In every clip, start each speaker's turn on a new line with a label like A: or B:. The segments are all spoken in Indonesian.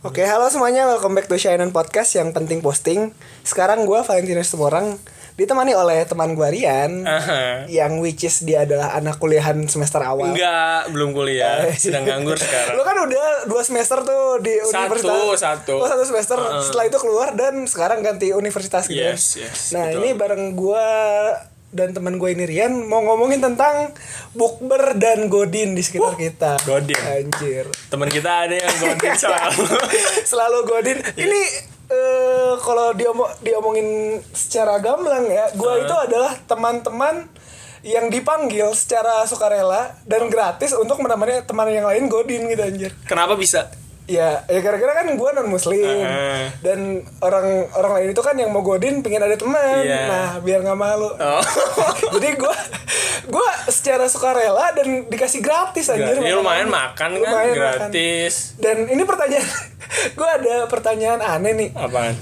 A: Oke, halo semuanya, welcome back to Shine Podcast yang penting posting. Sekarang gue Valentinus Tumorang ditemani oleh teman gue Rian, yang which is dia adalah anak kuliahan semester awal.
B: Enggak, belum kuliah, sedang nganggur sekarang.
A: Lu kan udah 2 semester tuh di universitas.
B: Satu.
A: Oh, 1 semester. Setelah itu keluar dan sekarang ganti universitas gitu.
B: Yes,
A: Nah,
B: betul.
A: ini bareng gue dan teman gue ini Rian mau ngomongin tentang bukber dan godin di sekitar kita.
B: Godin.
A: Anjir.
B: Teman kita ada yang godin
A: Selalu godin. Ini kalau diomongin secara gamblang ya, gue itu adalah teman-teman yang dipanggil secara sukarela dan gratis untuk menemani teman yang lain godin gitu anjir.
B: Kenapa bisa?
A: Ya gara-gara kan gue non muslim dan orang lain itu kan yang mau godin pengen ada teman. Nah biar nggak malu. Jadi gue secara sukarela dan dikasih gratis anjir.
B: Ini lumayan makan kan, gratis.
A: Dan ini pertanyaan gue ada pertanyaan aneh nih.
B: Apaan?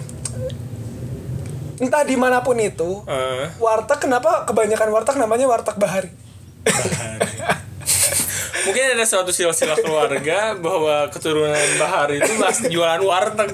A: Entah dimanapun itu, warteg kenapa kebanyakan warteg namanya warteg bahari?
B: Mungkin ada suatu silsilah keluarga bahwa keturunan Bahari itu masih jualan warung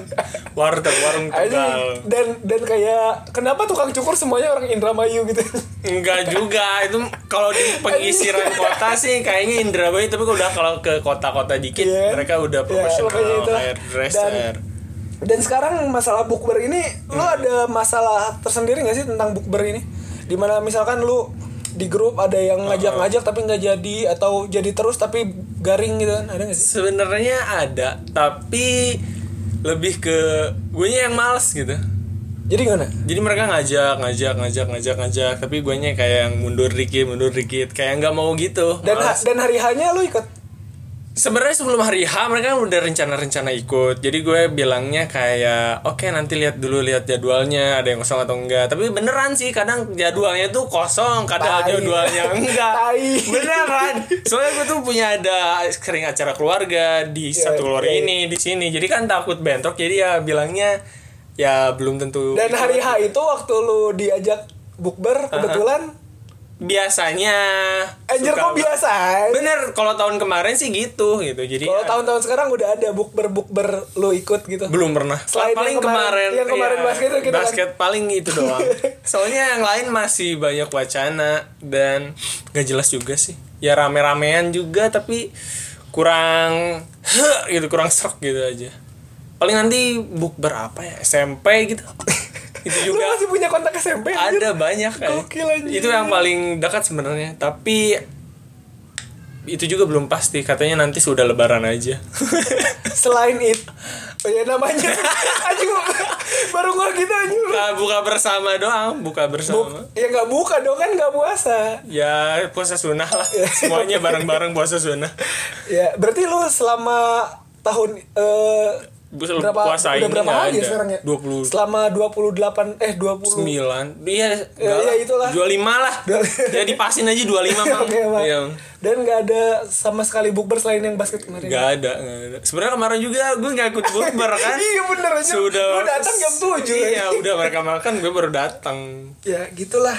B: Tegal.
A: Dan kayak kenapa tukang cukur semuanya orang Indramayu gitu?
B: Enggak juga, itu kalau di pengisiran kota sih kayaknya Indramayu, tapi kalau ke kota-kota dikit mereka udah profesional hairdresser.
A: Dan sekarang masalah bukber ini, lu ada masalah tersendiri nggak sih tentang bukber ini? Dimana misalkan lu di grup ada yang ngajak-ngajak tapi nggak jadi, atau jadi terus tapi garing gitu kan, ada nggak sih?
B: Sebenarnya ada, tapi lebih ke gue yang males gitu.
A: Jadi gimana?
B: Jadi mereka ngajak, tapi gue kayak yang mundur dikit, kayak nggak mau gitu.
A: Dan hari hanya lu ikut?
B: Sebenarnya sebelum hari H mereka udah rencana ikut. Jadi gue bilangnya kayak oke, nanti lihat jadwalnya ada yang kosong atau enggak. Tapi beneran sih kadang jadwalnya tuh kosong, kadang jadwalnya enggak. Beneran. Soalnya gue tuh ada sering acara keluarga di satu keluarga ini di sini. Jadi kan takut bentrok. Jadi ya bilangnya ya belum tentu.
A: Dan hari H itu waktu lu diajak bukber kebetulan
B: biasanya
A: anjir kok biasa?
B: Bener, kalau tahun kemarin sih gitu. Jadi
A: kalau tahun-tahun sekarang udah ada bukber lu ikut gitu?
B: Belum pernah.
A: Selain
B: paling
A: yang kemarin basket itu kita
B: basket kan? Paling itu doang. Soalnya yang lain masih banyak wacana dan gak jelas juga sih. Ya rame-ramean juga tapi kurang serak gitu aja. Paling nanti bukber apa ya? SMP gitu. Itu juga.
A: Lu masih punya kontak SMP? Anjir?
B: Ada banyak kan. Itu yang paling dekat sebenarnya. Tapi itu juga belum pasti. Katanya nanti sudah lebaran aja.
A: Selain itu, ya namanya anjing baru gua gitu anjing.
B: Buka bersama doang.
A: Ya nggak buka dong, kan nggak puasa.
B: Ya puasa sunnah lah. Semuanya bareng-bareng puasa sunnah.
A: Ya berarti lu selama tahun
B: puasa
A: udah
B: ini
A: berapa hari ya sekarang ya?
B: 20.
A: Selama 29.
B: Iya,
A: ya itulah.
B: 25 lah. Ya dipasin aja 25 Bang.
A: Iya. Dan enggak ada sama sekali bukber selain yang basket kemarin.
B: Enggak ada. Sebenarnya kemarin juga gue enggak ikut bukber kan.
A: Iya bener aja. Lu datang jam 7.
B: Iya, udah mereka makan gue baru datang.
A: Ya, gitulah.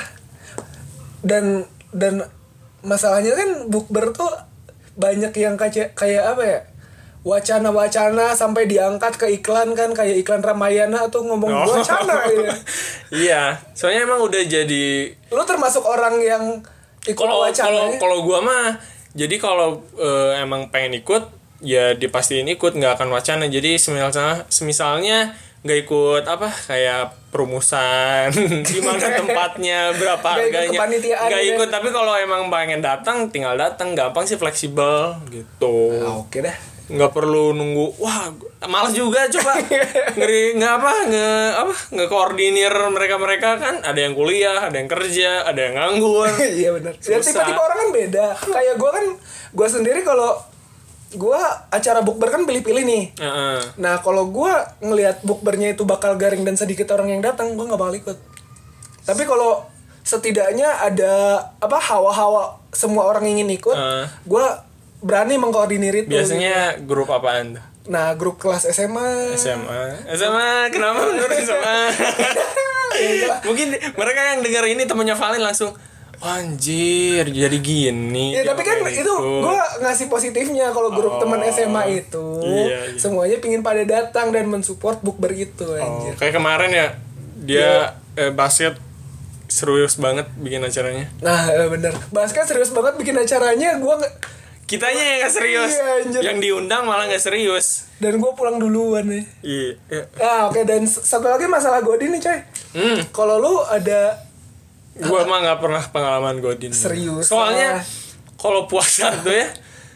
A: Dan masalahnya kan bukber tuh banyak yang kayak apa ya? Wacana sampai diangkat ke iklan kan, kayak iklan Ramayana tuh ngomong wacana gitu.
B: Iya, soalnya emang udah jadi.
A: Lu termasuk orang yang ikut wacana.
B: Kalau gua mah, jadi kalau emang pengen ikut, ya dipastiin ikut, nggak akan wacana. Jadi semisalnya nggak ikut kayak perumusan di mana tempatnya, berapa harganya, nggak ikut. Tapi kalau emang pengen datang, tinggal datang, gampang sih, fleksibel gitu.
A: Oke dah.
B: Nggak perlu nunggu, malas juga coba ngekoordinir mereka kan, ada yang kuliah, ada yang kerja, ada yang nganggur.
A: Iya benar. Ya tipe-tipe orang kan beda. Kayak gue sendiri kalau gue acara bukber kan pilih-pilih nih. Nah kalau gue ngelihat bukbernya itu bakal garing dan sedikit orang yang datang, gue nggak bakal ikut. Tapi kalau setidaknya ada hawa-hawa semua orang ingin ikut, gue berani mengkoordinir itu.
B: Biasanya grup apaan tuh?
A: Nah, grup kelas SMA.
B: Kenapa menurut SMA? Mungkin mereka yang dengar ini temennya Valen langsung, Anjir, jadi gini.
A: Ya tapi kan itu gue ngasih positifnya kalau grup teman SMA itu
B: iya.
A: semuanya pingin pada datang dan mensupport bukber itu anjir.
B: Kayak kemarin ya dia basket serius banget bikin acaranya.
A: Nah bener, basket serius banget bikin acaranya,
B: kitanya yang gak serius.
A: Iya,
B: yang diundang malah gak serius.
A: Dan gue pulang duluan nih.
B: Iya.
A: Oke. Dan satu lagi masalah Godin nih coy. Kalau lu ada,
B: gue mah gak pernah pengalaman Godin.
A: Serius.
B: Soalnya kalau puasa tuh ya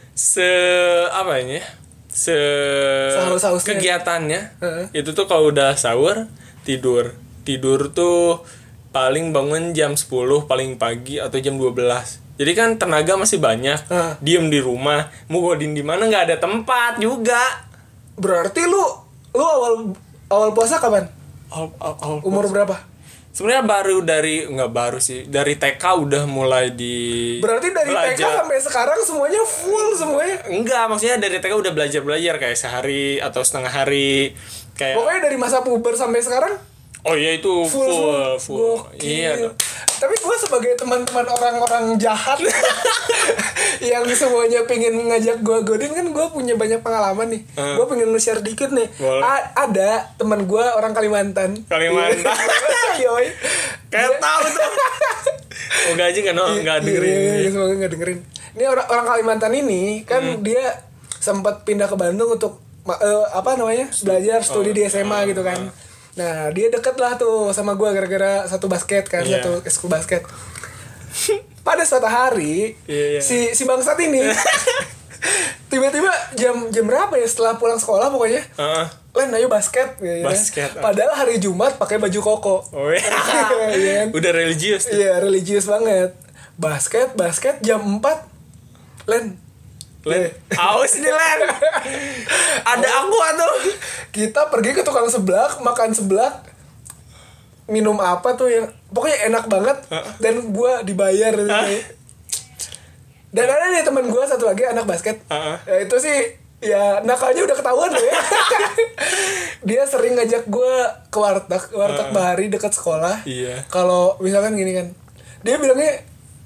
B: kegiatannya itu tuh kalau udah sahur tidur tuh paling bangun jam 10 paling pagi atau jam 12. Jadi kan tenaga masih banyak. Diem di rumah, mau Godin di mana nggak ada tempat juga.
A: Berarti lu awal puasa kapan? Umur berapa?
B: Sebenarnya dari TK udah mulai di.
A: Berarti dari belajar. TK sampai sekarang semuanya full semuanya?
B: Enggak, maksudnya dari TK udah belajar kayak sehari atau setengah hari kayak.
A: Pokoknya dari masa puber sampai sekarang?
B: Oh iya itu full. Iya.
A: Tapi gue sebagai teman-teman orang-orang jahat yang semuanya pengen ngajak gue Godin, kan gue punya banyak pengalaman nih. Gue pengen nge-share dikit nih. Ada teman gue orang Kalimantan. Yoi.
B: Kayak tahu tuh. Moga aja nggak dengerin.
A: Semoga nggak dengerin. Ini orang Kalimantan ini kan dia sempat pindah ke Bandung untuk belajar studi di SMA gitu kan. Nah dia deket lah tuh sama gue gara-gara satu basket kan, satu school basket. Pada suatu hari si bangsat ini tiba-tiba jam berapa ya setelah pulang sekolah pokoknya Len ayo basket gitu. Padahal hari Jumat pakai baju koko.
B: Udah religius.
A: Iya religius banget. Basket jam 4 Len
B: aus nih Len. Ada aku tuh.
A: Kita pergi ke tukang seblak, makan seblak, minum apa tuh yang pokoknya enak banget. Dan gue dibayar Dan ada nih teman gue satu lagi anak basket. Ya itu sih ya nakalnya udah ketahuan ya. Dia sering ngajak gue ke warteg Bahari dekat sekolah. Kalau misalkan gini kan, dia bilangnya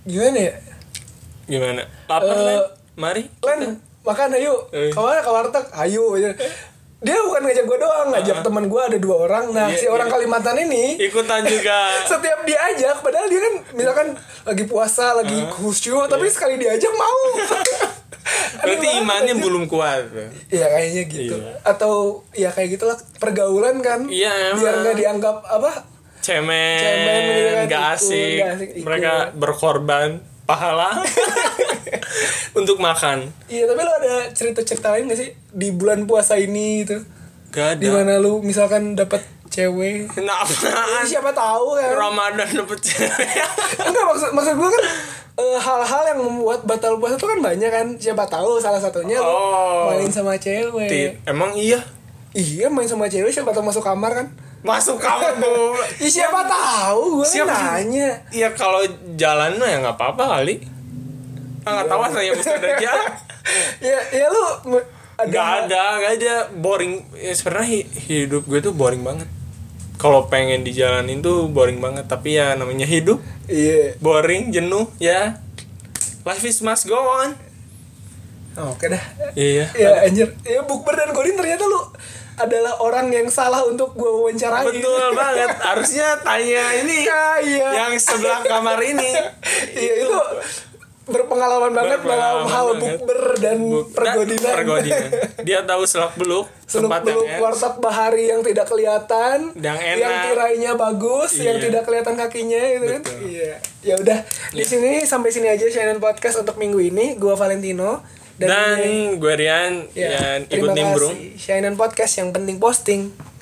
B: gimana lapar Len, mari
A: Len makan ayo. Kemana? Ke warteg. Ayo. Dia bukan ngajak gue doang, ngajak teman gue ada 2 orang. Nah si orang Kalimantan ini
B: ikutan juga.
A: Setiap diajak, padahal dia kan misalkan lagi puasa, lagi khusyuk, tapi sekali diajak mau.
B: Berarti imannya belum kuat.
A: Iya kayaknya gitu. Atau ya kayak gitulah pergaulan kan.
B: Iya,
A: biar nggak dianggap
B: cemen
A: gitu kan,
B: nggak asik. Mereka berkorban pahala untuk makan.
A: Iya, tapi lo ada cerita-cerita lain gak sih di bulan puasa ini gitu?
B: Gak ada.
A: Dimana lu misalkan dapat cewek?
B: Nah,
A: siapa tahu kan?
B: Ramadan dapat cewek.
A: Enggak, maksud gue kan hal-hal yang membuat batal puasa itu kan banyak kan. Siapa tahu salah satunya lu main sama cewek.
B: Emang iya?
A: Iya, main sama cewek, siapa tahu masuk kamar kan?
B: Masuk kamar tuh.
A: Siapa tahu, gue nanya.
B: Iya kalau jalan mah ya nggak apa-apa kali. Nggak tahu saya mesti aja.
A: Ya lu
B: nggak ada boring. Ya, sebenarnya hidup gue tuh boring banget. Kalau pengen dijalanin tuh boring banget. Tapi ya namanya hidup.
A: Iya.
B: Boring, jenuh, ya. Life is must go on.
A: Oke dah.
B: Iya.
A: Ya anjir. Ya bukber dan Godin ternyata lu adalah orang yang salah untuk gue wawancarai.
B: Betul banget. Harusnya tanya ini yang sebelah kamar ini.
A: Iya itu berpengalaman banget dalam hal bukber dan pergodinan.
B: Dia tahu selak beluk
A: warteg Bahari yang tidak kelihatan, yang tirainya bagus, yang tidak kelihatan kakinya gitu kan. Iya. Ya udah, di sini sampai sini aja Shainan Podcast untuk minggu ini. Gua Valentino
B: dan gue Rian yang ikut nimbrung.
A: Terima kasih. Shainan Podcast yang penting posting.